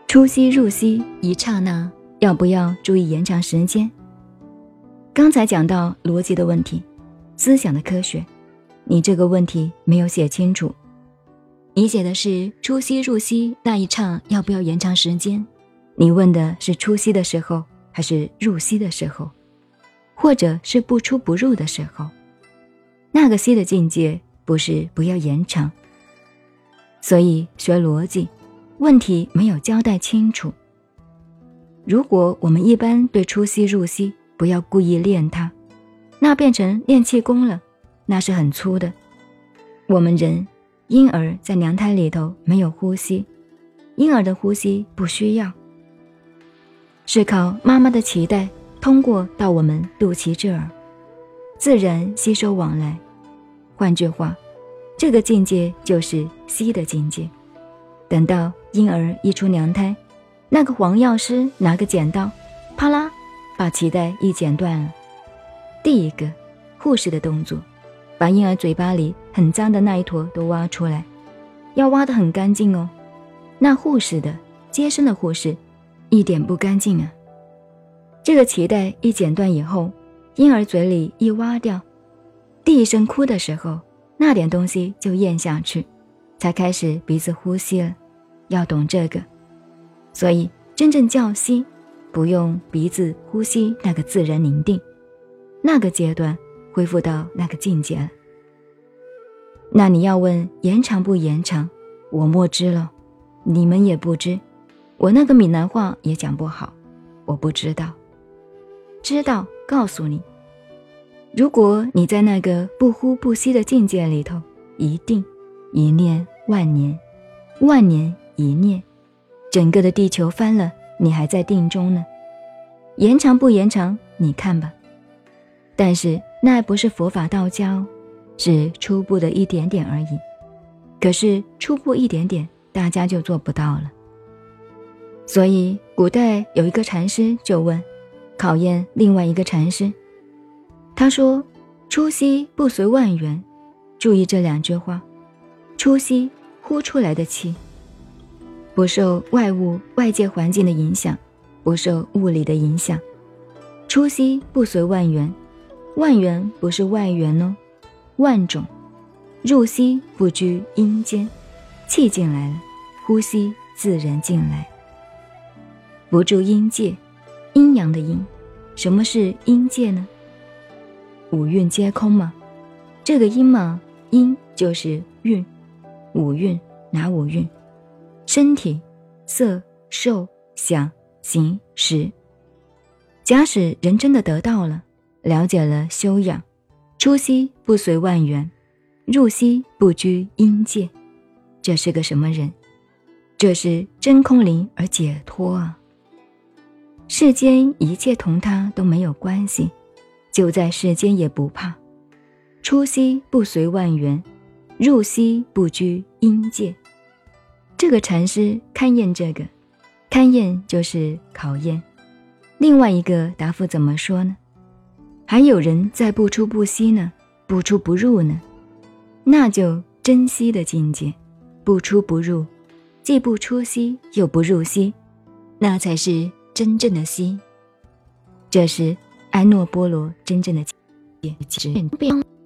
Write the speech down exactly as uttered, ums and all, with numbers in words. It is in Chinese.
出息入息一刹那，要不要注意延长时间？刚才讲到逻辑的问题，思想的科学，你这个问题没有写清楚。你写的是出息入息那一刹要不要延长时间，你问的是出息的时候还是入息的时候，或者是不出不入的时候。那个息的境界不是不要延长。所以学逻辑，问题没有交代清楚。如果我们一般对出息入息不要故意练它，那变成练气功了，那是很粗的。我们人婴儿在娘胎里头没有呼吸，婴儿的呼吸不需要，是靠妈妈的脐带通过到我们肚脐这儿，自然吸收往来。换句话，这个境界就是息的境界。等到婴儿一出娘胎，那个黄药师拿个剪刀，啪啦，把脐带一剪断了。第一个，护士的动作，把婴儿嘴巴里很脏的那一坨都挖出来，要挖得很干净哦。那护士的，接生的护士，一点不干净啊。这个脐带一剪断以后，婴儿嘴里一挖掉，第一声哭的时候，那点东西就咽下去，才开始鼻子呼吸了。要懂这个。所以真正叫息，不用鼻子呼吸那个自然宁定，那个阶段恢复到那个境界了。那你要问延长不延长，我莫知了，你们也不知，我那个闽南话也讲不好，我不知道。知道告诉你，如果你在那个不呼不吸的境界里头，一定一念万年，万年一念，整个的地球翻了，你还在定中呢。延长不延长，你看吧。但是那还不是佛法道家，是初步的一点点而已。可是初步一点点，大家就做不到了。所以古代有一个禅师就问，考验另外一个禅师，他说出息不随万缘。注意这两句话，出息呼出来的气，不受外物外界环境的影响，不受物理的影响。出息不随万缘，万缘不是外缘哦，万种。入息不居阴间，气进来了，呼吸自然进来。不住阴界，阴阳的阴。什么是阴界呢？五蕴皆空嘛。这个阴嘛，阴就是蕴，五蕴哪五蕴？身体、色、受、想、行、识。假使人真的得到了，了解了修养，出息不随万缘，入息不居阴界，这是个什么人？这是真空灵而解脱啊！世间一切同他都没有关系，就在世间也不怕。出息不随万缘，入息不居阴界。这个禅师勘验这个，勘验就是考验。另外一个答复怎么说呢？还有人在不出不息呢，不出不入呢，那就真息的境界，不出不入，既不出息又不入息，那才是真正的息。这是安诺波罗真正的境界。